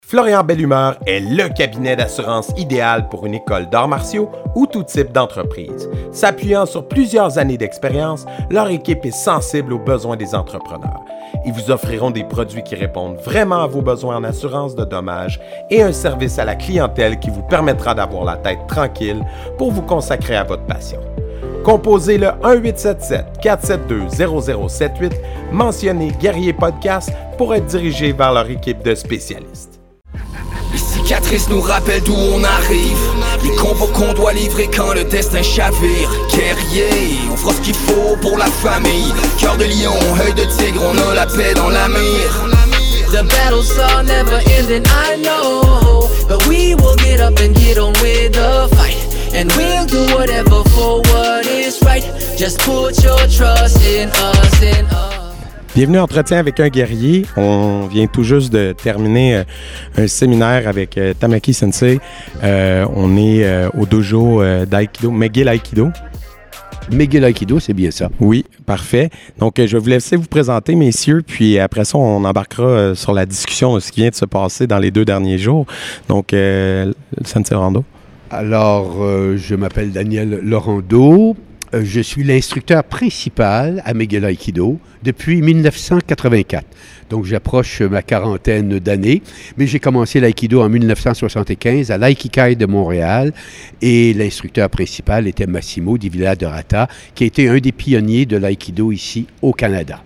Florian Bellumeur est le cabinet d'assurance idéal pour une école d'arts martiaux ou tout type d'entreprise. S'appuyant sur plusieurs années d'expérience, leur équipe est sensible aux besoins des entrepreneurs. Ils vous offriront des produits qui répondent vraiment à vos besoins en assurance de dommages et un service à la clientèle qui vous permettra d'avoir la tête tranquille pour vous consacrer à votre passion. Composez le 1-877-472-0078, mentionnez Guerrier Podcast pour être dirigé vers leur équipe de spécialistes. Les cicatrices nous rappellent d'où on arrive, les combats qu'on doit livrer quand le destin chavire. Guerrier, on fera ce qu'il faut pour la famille. Cœur de lion, œil de tigre, on a la paix dans la mire. The battles are never ending, I know, but we will get up and get on with the fight. And we'll do whatever for what is right. Just put your trust in us, in us. Bienvenue à Entretien avec un guerrier. On vient tout juste de terminer un séminaire avec Tamaki Sensei. On est au dojo d'Aikido, McGill Aikido. McGill Aikido, c'est bien ça. Oui, parfait. Donc, je vais vous laisser vous présenter, messieurs, puis après ça, on embarquera sur la discussion de ce qui vient de se passer dans les 2 derniers jours. Donc, Sensei Lorando. Alors, je m'appelle Daniel Lorando. Je suis l'instructeur principal à McGill Aikido depuis 1984. Donc, j'approche ma quarantaine d'années. Mais j'ai commencé l'aïkido en 1975 à l'Aikikai de Montréal. Et l'instructeur principal était Massimo Di Villa de Rata, qui a été un des pionniers de l'aïkido ici au Canada.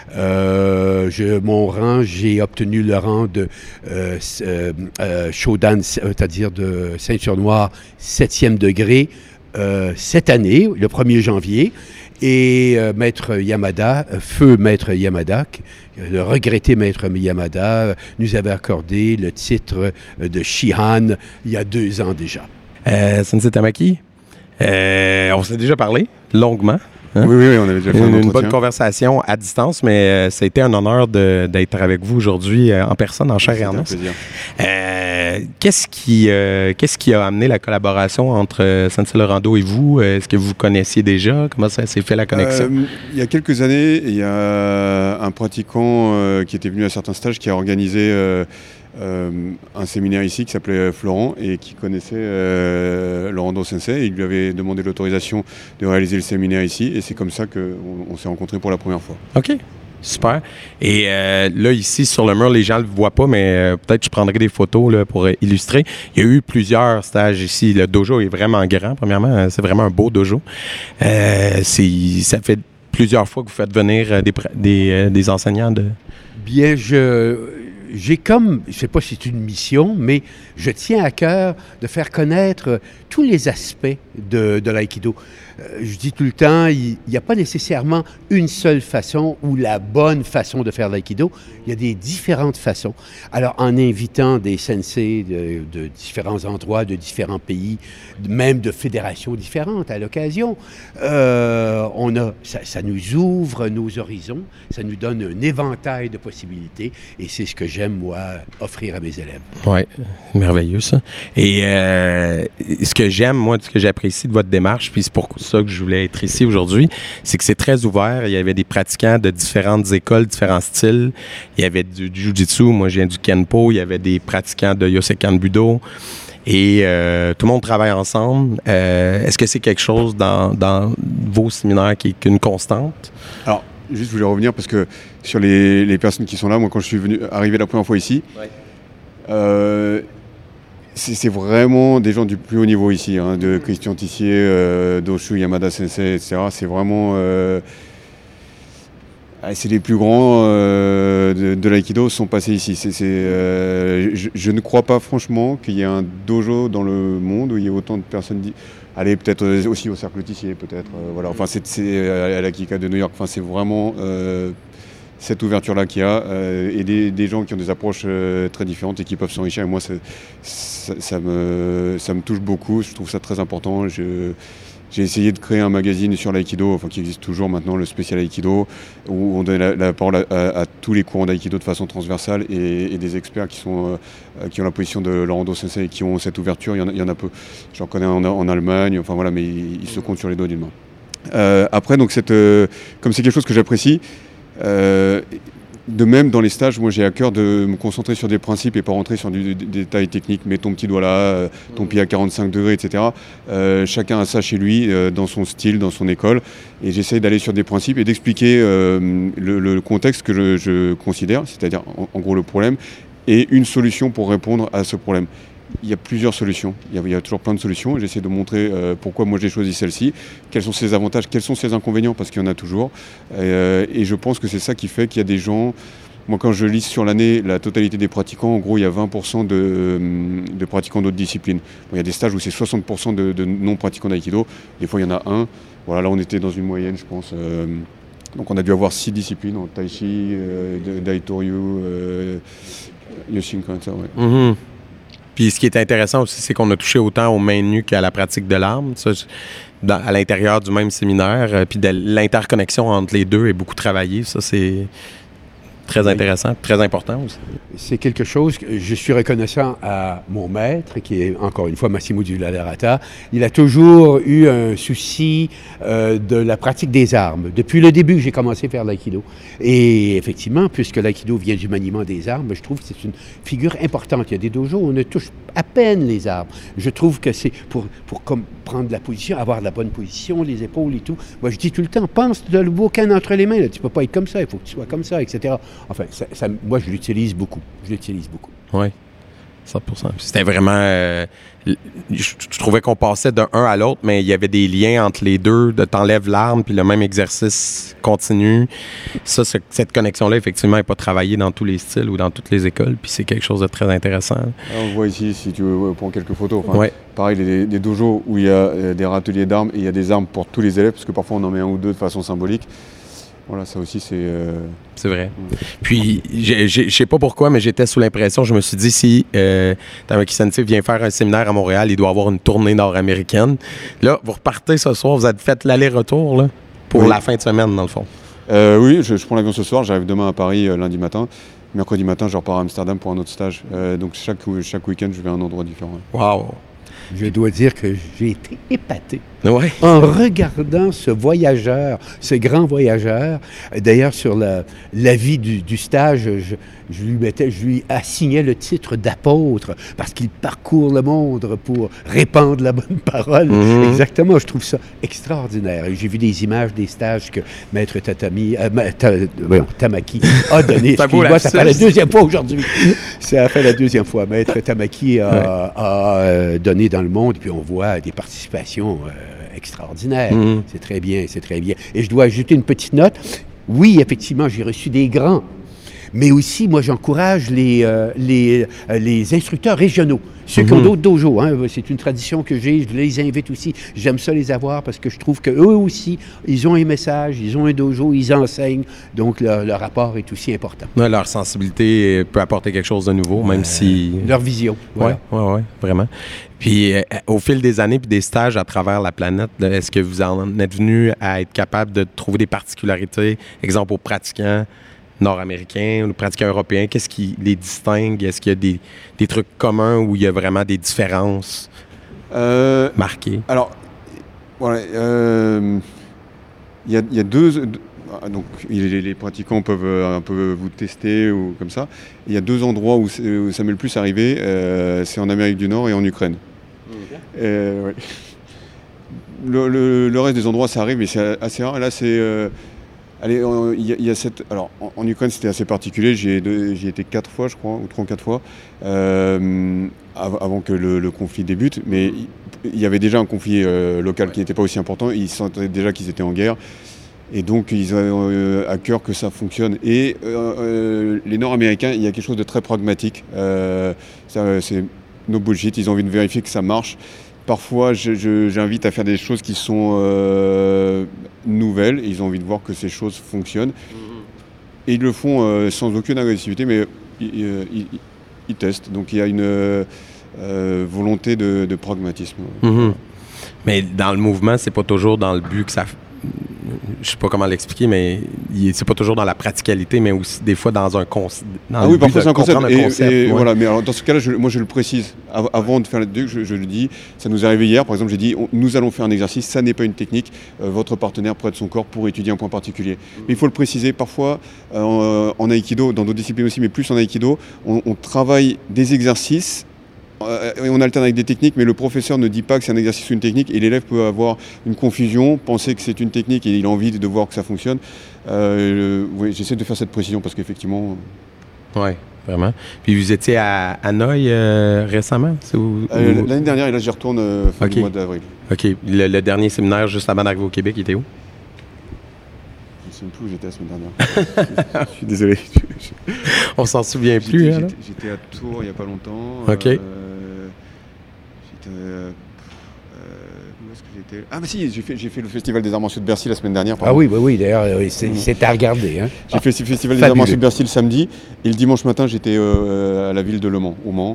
Mon rang, j'ai obtenu le rang de Shodan, c'est-à-dire de ceinture noire 7e degré, cette année, le 1er janvier, et Maître Yamada, feu Maître Yamada, le regretté Maître Yamada, nous avait accordé le titre de Shihan il y a 2 ans déjà. Sensei Tamaki, on s'est déjà parlé longuement. Hein? Oui, on avait déjà fait une bonne conversation à distance, mais ça a été un honneur d'être avec vous aujourd'hui en personne, en chair et en os. Qu'est-ce qui a amené la collaboration entre Sensei Lorando et vous? Est-ce que vous connaissiez déjà? Comment ça s'est fait la connexion? Il y a quelques années, il y a un pratiquant qui était venu à certains stages qui a organisé un séminaire ici qui s'appelait Florent et qui connaissait Lorando Sensei. Il lui avait demandé l'autorisation de réaliser le séminaire ici et c'est comme ça qu'on s'est rencontrés pour la première fois. OK. Super. Et là, ici, sur le mur, les gens ne le voient pas, mais peut-être je prendrai des photos là, pour illustrer. Il y a eu plusieurs stages ici. Le dojo est vraiment grand, premièrement. C'est vraiment un beau dojo. Ça fait plusieurs fois que vous faites venir des enseignants de... Bien, j'ai comme, je ne sais pas si c'est une mission, mais je tiens à cœur de faire connaître tous les aspects de l'aïkido. Je dis tout le temps, il n'y a pas nécessairement une seule façon ou la bonne façon de faire l'aïkido. Il y a des différentes façons. Alors, en invitant des sensei de différents endroits, de différents pays, même de fédérations différentes à l'occasion, ça nous ouvre nos horizons, ça nous donne un éventail de possibilités et c'est ce que j'aime, moi, offrir à mes élèves. Oui, merveilleux ça. Et ce que j'aime, moi, ce que j'apprécie de votre démarche, puis c'est pour ça que je voulais être ici aujourd'hui, c'est que c'est très ouvert. Il y avait des pratiquants de différentes écoles, différents styles. Il y avait du Jiu-Jitsu, moi je viens du Kenpo, il y avait des pratiquants de Yosekan Budo. Et tout le monde travaille ensemble. Est-ce que c'est quelque chose dans vos séminaires qui est une constante? Alors, juste, je voulais revenir parce que sur les personnes qui sont là, moi, quand je suis arrivé la première fois ici, c'est vraiment des gens du plus haut niveau ici, hein, de Christian Tissier, Doshu Yamada Sensei, etc. C'est vraiment... c'est les plus grands de l'aïkido sont passés ici. Je ne crois pas franchement qu'il y ait un dojo dans le monde où il y ait autant de personnes... Allez, peut-être aussi au Cercle Tissier, peut-être. Voilà. Enfin, c'est à la Kika de New York. Enfin, c'est vraiment cette ouverture-là qu'il y a et des gens qui ont des approches très différentes et qui peuvent s'enrichir. Et moi, ça me touche beaucoup. Je trouve ça très important. J'ai essayé de créer un magazine sur l'aïkido, enfin qui existe toujours maintenant, le spécial aïkido, où on donne la parole à tous les courants d'aïkido de façon transversale et des experts qui ont la position de Lorando Sensei et qui ont cette ouverture. Il y en a peu. J'en connais en Allemagne, enfin voilà, mais ils se comptent sur les doigts d'une main. Après, donc comme c'est quelque chose que j'apprécie, De même, dans les stages, moi j'ai à cœur de me concentrer sur des principes et pas rentrer sur des détails techniques. Mets ton petit doigt là, ton pied à 45 degrés, etc. Chacun a ça chez lui, dans son style, dans son école. Et j'essaie d'aller sur des principes et d'expliquer le contexte que je considère, c'est-à-dire en gros le problème, et une solution pour répondre à ce problème. Il y a plusieurs solutions, il y a toujours plein de solutions. J'essaie de montrer pourquoi moi j'ai choisi celle-ci, quels sont ses avantages, quels sont ses inconvénients, parce qu'il y en a toujours. Et je pense que c'est ça qui fait qu'il y a des gens... Moi, quand je lis sur l'année la totalité des pratiquants, en gros, il y a 20% de pratiquants d'autres disciplines. Bon, il y a des stages où c'est 60% de non-pratiquants d'aïkido. Des fois, il y en a un. Voilà, là, on était dans une moyenne, je pense. Donc, on a dû avoir 6 disciplines, en Tai Chi, Daitoryu, Yoshinkan, ça, ouais. Mm-hmm. Puis ce qui est intéressant aussi, c'est qu'on a touché autant aux mains nues qu'à la pratique de l'arme, ça, à l'intérieur du même séminaire. Puis de l'interconnexion entre les deux est beaucoup travaillée. Ça, c'est très intéressant, très important aussi. C'est quelque chose que je suis reconnaissant à mon maître, qui est encore une fois Massimo Giularata. Il a toujours eu un souci de la pratique des armes. Depuis le début que j'ai commencé à faire l'aïkido. Et effectivement, puisque l'aïkido vient du maniement des armes, je trouve que c'est une figure importante. Il y a des dojos où on ne touche à peine les armes. Je trouve que c'est pour comme prendre la position, avoir la bonne position, les épaules et tout. Moi, je dis tout le temps, pense de le boucan entre les mains. Là. Tu ne peux pas être comme ça, il faut que tu sois comme ça, etc. Enfin, moi, je l'utilise beaucoup. Oui, 100%. C'était vraiment... je trouvais qu'on passait d'un à l'autre, mais il y avait des liens entre les deux. T'enlèves l'arme, puis le même exercice continue. Ça, cette connexion-là, effectivement, n'est pas travaillée dans tous les styles ou dans toutes les écoles, puis c'est quelque chose de très intéressant. On voit ici, si tu veux prendre quelques photos. Enfin, ouais. Pareil, des dojos où il y a des râteliers d'armes et il y a des armes pour tous les élèves, parce que parfois on en met un ou deux de façon symbolique. Voilà, ça aussi, c'est... C'est vrai. Puis, je sais pas pourquoi, mais j'étais sous l'impression, je me suis dit, si Tamaki Sensei vient faire un séminaire à Montréal, il doit avoir une tournée nord-américaine. Là, vous repartez ce soir, vous avez fait l'aller-retour là, pour la fin de semaine, dans le fond. Oui, je prends l'avion ce soir, j'arrive demain à Paris lundi matin. Mercredi matin, je repars à Amsterdam pour un autre stage. Donc, chaque week-end, je vais à un endroit différent. Wow! Je dois dire que j'ai été épaté ouais. en regardant ce voyageur, ce grand voyageur. D'ailleurs, sur la vie du stage, je lui assignais le titre d'apôtre parce qu'il parcourt le monde pour répandre la bonne parole. Mm-hmm. Exactement, je trouve ça extraordinaire. J'ai vu des images des stages que Maître Tamaki a donné. Ça fait la deuxième fois aujourd'hui. Ça fait la deuxième fois. Maître Tamaki a donné dans le monde, et puis on voit des participations extraordinaires. Mm-hmm. C'est très bien, c'est très bien. Et je dois ajouter une petite note. Oui, effectivement, j'ai reçu des grands, mais aussi, moi, j'encourage les instructeurs régionaux, ceux qui ont d'autres dojos. Hein. C'est une tradition que j'ai, je les invite aussi. J'aime ça les avoir parce que je trouve qu'eux aussi, ils ont un message, ils ont un dojo, ils enseignent, donc leur rapport est aussi important. Ouais, leur sensibilité peut apporter quelque chose de nouveau, même si... Leur vision. Voilà. Oui, vraiment. Puis, au fil des années et des stages à travers la planète, là, est-ce que vous en êtes venu à être capable de trouver des particularités, exemple aux pratiquants nord-américains ou les pratiquants européens? Qu'est-ce qui les distingue? Est-ce qu'il y a des trucs communs où il y a vraiment des différences marquées? Alors, voilà, il y a deux... Donc, les pratiquants peuvent un peu vous tester ou comme ça. Il y a deux endroits où ça m'est le plus arrivé. C'est en Amérique du Nord et en Ukraine. Ouais. Le reste des endroits, ça arrive, mais c'est assez rare. Là, c'est... il y a cette... Alors, en Ukraine, c'était assez particulier. J'y ai été 4 fois, je crois, ou 3 ou 4 fois, avant que le conflit débute. Mais il y avait déjà un conflit local qui n'était pas aussi important. Ils sentaient déjà qu'ils étaient en guerre. Et donc, ils ont à cœur que ça fonctionne. Et les Nord-Américains, il y a quelque chose de très pragmatique. C'est no bullshit. Ils ont envie de vérifier que ça marche. Parfois, j'invite à faire des choses qui sont nouvelles. Ils ont envie de voir que ces choses fonctionnent. Et ils le font sans aucune agressivité, mais ils testent. Donc, il y a une volonté de pragmatisme. Mm-hmm. Mais dans le mouvement, c'est pas toujours dans le but que ça je sais pas comment l'expliquer, mais c'est pas toujours dans la praticalité, mais aussi des fois dans un concept. Oui, parfois c'est un concept. Ouais. Voilà, mais alors, dans ce cas-là, moi je le précise. Avant de faire le truc, je le dis. Ça nous est arrivé hier, par exemple, j'ai dit nous allons faire un exercice, ça n'est pas une technique. Votre partenaire prête son corps pour étudier un point particulier. Mais il faut le préciser, parfois, en aïkido, dans d'autres disciplines aussi, mais plus en aïkido, on travaille des exercices. Et on alterne avec des techniques, mais le professeur ne dit pas que c'est un exercice ou une technique, et l'élève peut avoir une confusion, penser que c'est une technique et il a envie de voir que ça fonctionne. Oui, j'essaie de faire cette précision parce qu'effectivement... Oui, vraiment. Puis vous étiez à Hanoï récemment? L'année dernière, et là j'y retourne fin du mois d'avril. OK. Le dernier séminaire juste avant d'arriver au Québec, il était où? Je ne sais même plus où j'étais la semaine dernière. Je suis désolé. On s'en souvient plus. J'étais à Tours il n'y a pas longtemps. OK. Où est-ce que j'étais? Ah, mais si, j'ai fait le Festival des Arts Martiaux de Bercy la semaine dernière. Ah oui, d'ailleurs, c'est à regarder. Hein. J'ai fait le Festival des Arts Martiaux de Bercy le samedi, et le dimanche matin, j'étais à la ville de Le Mans, au Mans,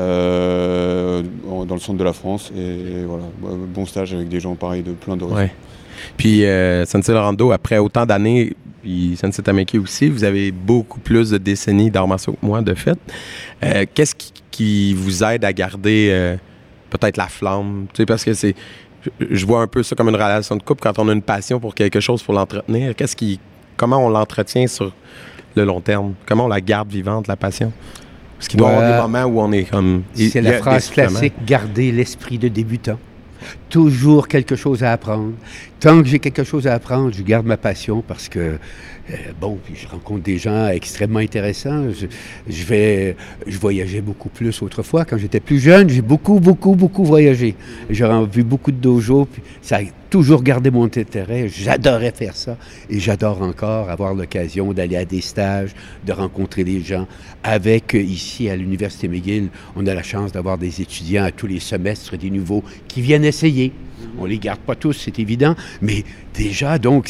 dans le centre de la France. Et voilà, bon stage avec des gens pareils de plein d'horizons. Ouais. Puis Sensei Lorando, après autant d'années, puis Sensei Tameki aussi, vous avez beaucoup plus de décennies d'arts martiaux que moi, de fait. Qu'est-ce qui vous aide à garder peut-être la flamme? Tu sais, parce que je vois un peu ça comme une relation de couple. Quand on a une passion pour quelque chose, pour l'entretenir, comment on l'entretient sur le long terme? Comment on la garde vivante, la passion? Parce qu'il doit y avoir des moments où on est comme... C'est la phrase classique, garder l'esprit de débutant. Toujours quelque chose à apprendre. Tant que j'ai quelque chose à apprendre, je garde ma passion parce que, puis je rencontre des gens extrêmement intéressants. Je voyageais beaucoup plus autrefois. Quand j'étais plus jeune, j'ai beaucoup voyagé. J'ai vu beaucoup de dojos, puis ça a toujours gardé mon intérêt. J'adorais faire ça et j'adore encore avoir l'occasion d'aller à des stages, de rencontrer des gens. Ici, à l'Université McGill, on a la chance d'avoir des étudiants à tous les semestres, des nouveaux, qui viennent essayer. On ne les garde pas tous, c'est évident, mais déjà, donc,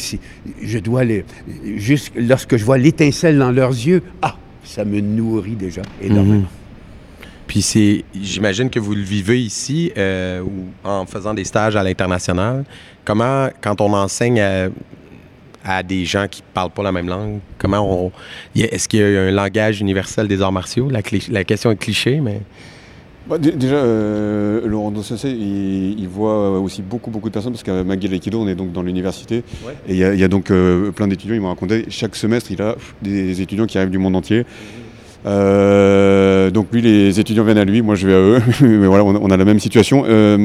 juste lorsque je vois l'étincelle dans leurs yeux, ça me nourrit déjà énormément. Puis j'imagine que vous le vivez ici, ou en faisant des stages à l'international. Comment, quand on enseigne à des gens qui ne parlent pas la même langue, est-ce qu'il y a un langage universel des arts martiaux? La question est cliché, mais... Déjà, Lorando Sensei, il voit aussi beaucoup de personnes, parce qu'à McGill Aikido, on est donc dans l'université, et il y a donc plein d'étudiants. Il m'a raconté, chaque semestre, il a des étudiants qui arrivent du monde entier. Donc lui, les étudiants viennent à lui, moi je vais à eux, mais voilà, on a la même situation.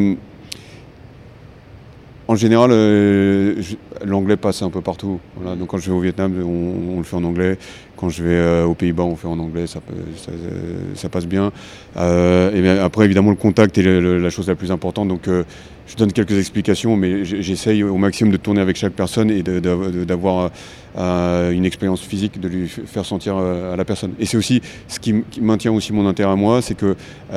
En général, l'anglais passe un peu partout. Voilà. Donc quand je vais au Vietnam, on le fait en anglais. Quand je vais aux Pays-Bas, on fait en anglais. Ça passe bien. Et bien. Après, évidemment, le contact est la chose la plus importante. Donc je donne quelques explications, mais j'essaye au maximum de tourner avec chaque personne et d'avoir une expérience physique, de lui faire sentir à la personne. Et c'est aussi ce qui maintient aussi mon intérêt à moi, c'est que...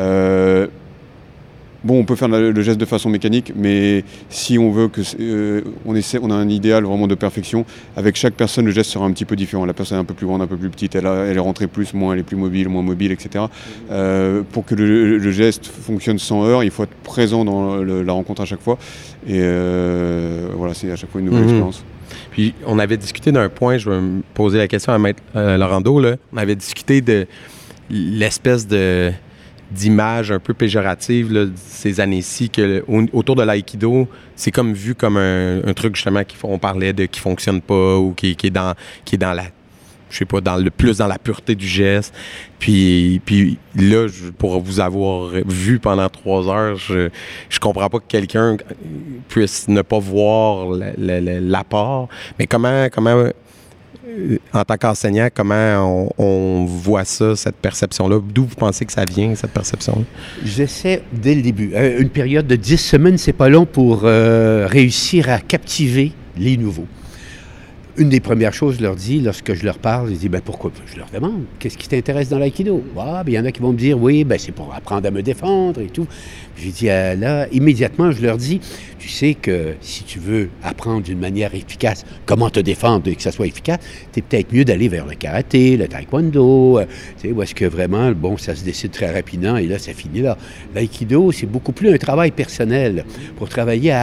on peut faire le geste de façon mécanique, mais si on veut on a un idéal vraiment de perfection. Avec chaque personne, le geste sera un petit peu différent. La personne est un peu plus grande, un peu plus petite, elle est rentrée plus, moins, elle est plus mobile, moins mobile, etc. Pour que le geste fonctionne sans heurts, il faut être présent dans la rencontre à chaque fois. Et voilà, c'est à chaque fois une nouvelle expérience. Puis on avait discuté d'un point, je vais me poser la question à Maître Lorando, là. On avait discuté de l'espèce d'image un peu péjorative là, ces années-ci que autour de l'aïkido, c'est comme vu comme un truc justement on parlait de qui fonctionne pas ou qui est dans la, je sais pas, plus dans la pureté du geste. Puis là, pour vous avoir vu pendant 3 heures, je comprends pas que quelqu'un puisse ne pas voir l'apport. Mais comment en tant qu'enseignant, comment on voit ça, cette perception-là? D'où vous pensez que ça vient, cette perception-là? J'essaie dès le début. Une période de 10 semaines, c'est pas long pour réussir à captiver les nouveaux. Une des premières choses, je leur dis, lorsque je leur parle, je dis, pourquoi? Je leur demande, qu'est-ce qui t'intéresse dans l'aïkido? Il y en a qui vont me dire, oui, c'est pour apprendre à me défendre et tout. J'ai dit, là, immédiatement, je leur dis, tu sais que si tu veux apprendre d'une manière efficace comment te défendre et que ça soit efficace, c'est peut-être mieux d'aller vers le karaté, le taekwondo, où est-ce que vraiment, ça se décide très rapidement et là, ça finit là. L'aïkido, c'est beaucoup plus un travail personnel pour travailler à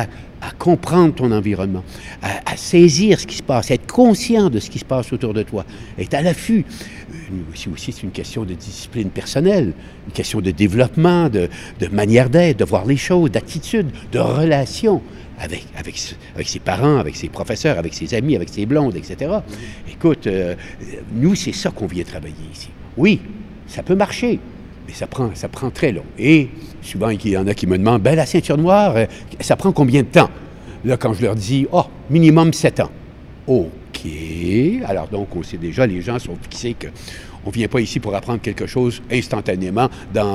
à comprendre ton environnement, à saisir ce qui se passe, à être conscient de ce qui se passe autour de toi, être à l'affût. Aussi, c'est une question de discipline personnelle, une question de développement, de manière d'être, de voir les choses, d'attitude, de relation avec ses parents, avec ses professeurs, avec ses amis, avec ses blondes, etc. Écoute, nous, c'est ça qu'on vient travailler ici. Oui, ça peut marcher, mais ça prend très long. Et souvent, il y en a qui me demandent, la ceinture noire, ça prend combien de temps? Là, quand je leur dis, minimum 7 ans. OK. Alors donc, on sait déjà, les gens sont fixés qu'on ne vient pas ici pour apprendre quelque chose instantanément.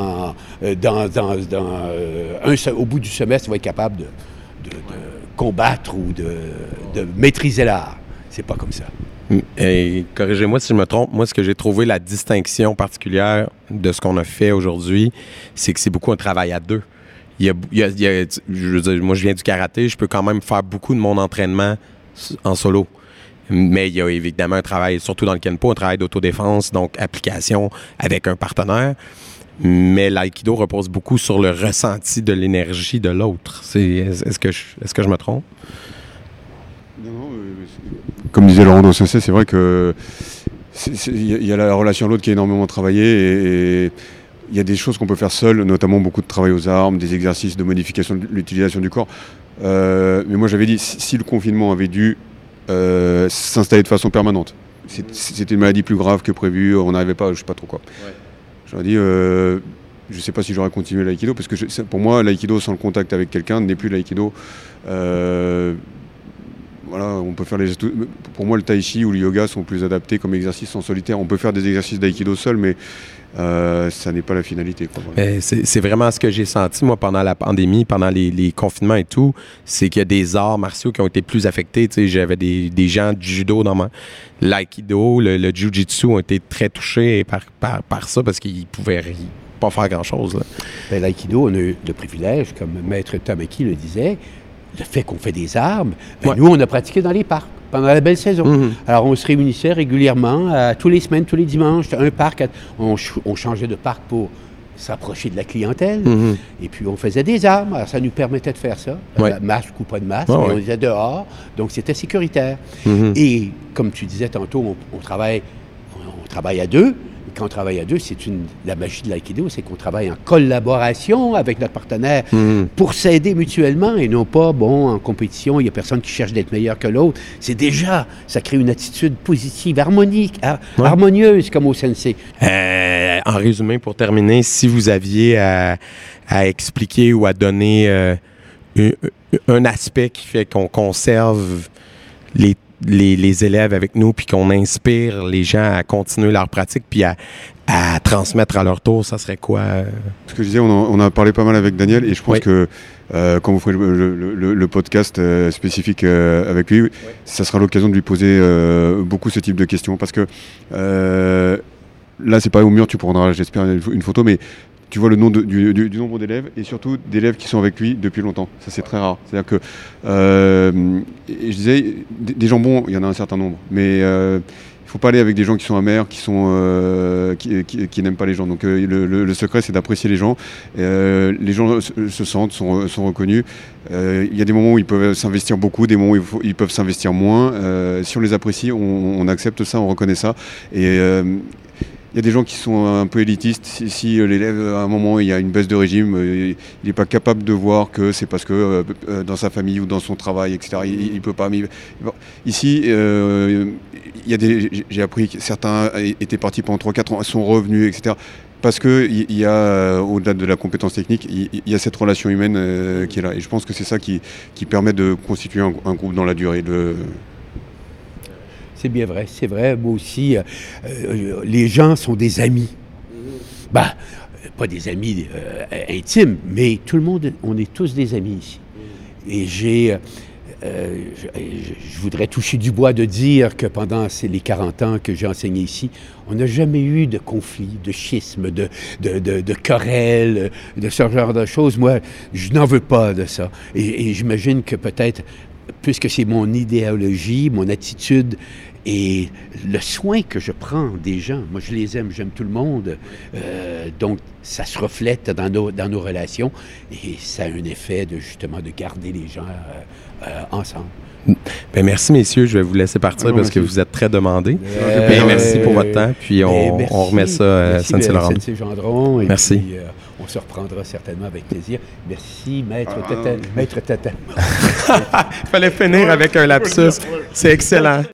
Au bout du semestre, on va être capable de combattre ou de maîtriser l'art. C'est pas comme ça. Et corrigez-moi si je me trompe, moi, ce que j'ai trouvé la distinction particulière de ce qu'on a fait aujourd'hui, c'est que c'est beaucoup un travail à deux. Je veux dire, moi, je viens du karaté, je peux quand même faire beaucoup de mon entraînement en solo. Mais il y a évidemment un travail, surtout dans le Kenpo, un travail d'autodéfense, donc application avec un partenaire. Mais l'aïkido repose beaucoup sur le ressenti de l'énergie de l'autre. Est-ce que je me trompe? Non, comme disait Laurent Dosensei, c'est vrai que il y a la relation à l'autre qui est énormément travaillée et il y a des choses qu'on peut faire seul, notamment beaucoup de travail aux armes, des exercices de modification de l'utilisation du corps. Mais moi j'avais dit, si le confinement avait dû s'installer de façon permanente, c'était une maladie plus grave que prévu, on n'arrivait pas, je sais pas trop quoi. Ouais. J'aurais dit, je ne sais pas si j'aurais continué l'aïkido, parce que pour moi, l'aïkido sans le contact avec quelqu'un n'est plus l'aïkido. Voilà, on peut faire pour moi, le tai chi ou le yoga sont plus adaptés comme exercices en solitaire. On peut faire des exercices d'aïkido seul, mais ça n'est pas la finalité, quoi. Voilà. C'est vraiment ce que j'ai senti, moi, pendant la pandémie, pendant les confinements et tout, c'est qu'il y a des arts martiaux qui ont été plus affectés. Tu sais, j'avais des gens du judo dans l'aïkido, le jiu-jitsu ont été très touchés par ça parce qu'ils pouvaient pas faire grand-chose. Là. L'aïkido, on a eu le privilège, comme Maître Tamaki le disait, le fait qu'on fait des armes, nous, on a pratiqué dans les parcs pendant la belle saison. Mm-hmm. Alors, on se réunissait régulièrement, tous les semaines, tous les dimanches, un parc. On changeait de parc pour s'approcher de la clientèle. Mm-hmm. Et puis, on faisait des armes. Alors, ça nous permettait de faire ça. Masque ou pas de masque. On était dehors. Donc, c'était sécuritaire. Mm-hmm. Et, comme tu disais tantôt, on travaille à deux. Quand on travaille à deux, la magie de l'aïkido, c'est qu'on travaille en collaboration avec notre partenaire pour s'aider mutuellement et non pas, en compétition, il n'y a personne qui cherche d'être meilleur que l'autre. Ça crée une attitude positive, harmonieuse, comme au sensei. En résumé, pour terminer, si vous aviez à expliquer ou à donner un aspect qui fait qu'on conserve les élèves avec nous, puis qu'on inspire les gens à continuer leur pratique, puis à transmettre à leur tour, ça serait quoi? Ce que je disais, on a parlé pas mal avec Daniel, et je pense que quand vous ferez le podcast spécifique avec lui, ça sera l'occasion de lui poser beaucoup ce type de questions, parce que là, c'est pas au mur, tu prendras, j'espère, une photo, mais tu vois le nom du nombre d'élèves et surtout d'élèves qui sont avec lui depuis longtemps. Ça, c'est très rare. C'est-à-dire que, je disais, des gens bons, il y en a un certain nombre, mais il ne faut pas aller avec des gens qui sont amers, qui n'aiment pas les gens. Donc le secret, c'est d'apprécier les gens. Les gens se sentent, sont reconnus. Il y a des moments où ils peuvent s'investir beaucoup, des moments où ils peuvent s'investir moins. Si on les apprécie, on accepte ça, on reconnaît ça. Et il y a des gens qui sont un peu élitistes. Si l'élève, à un moment, il y a une baisse de régime, il n'est pas capable de voir que c'est parce que dans sa famille ou dans son travail, etc., il ne peut pas. Mais, ici, j'ai appris que certains étaient partis pendant 3-4 ans, sont revenus, etc. Parce qu'il y a, au-delà de la compétence technique, il y a cette relation humaine qui est là. Et je pense que c'est ça qui permet de constituer un groupe dans la durée. C'est bien vrai, c'est vrai. Moi aussi, les gens sont des amis. Pas des amis intimes, mais tout le monde, on est tous des amis ici. Et je voudrais toucher du bois de dire que pendant les 40 ans que j'ai enseigné ici, on n'a jamais eu de conflit, de schisme, de querelle, de ce genre de choses. Moi, je n'en veux pas de ça. Et j'imagine que peut-être puisque c'est mon idéologie, mon attitude et le soin que je prends des gens, moi je les aime, j'aime tout le monde, donc ça se reflète dans nos relations et ça a un effet justement de garder les gens ensemble. Ben merci, messieurs. Je vais vous laisser partir parce que vous êtes très demandés. Merci pour votre temps. Puis on remet ça à Saint-Gendron. Merci. Puis, on se reprendra certainement avec plaisir. Merci, Maître Tata. Il fallait finir avec un lapsus. C'est excellent.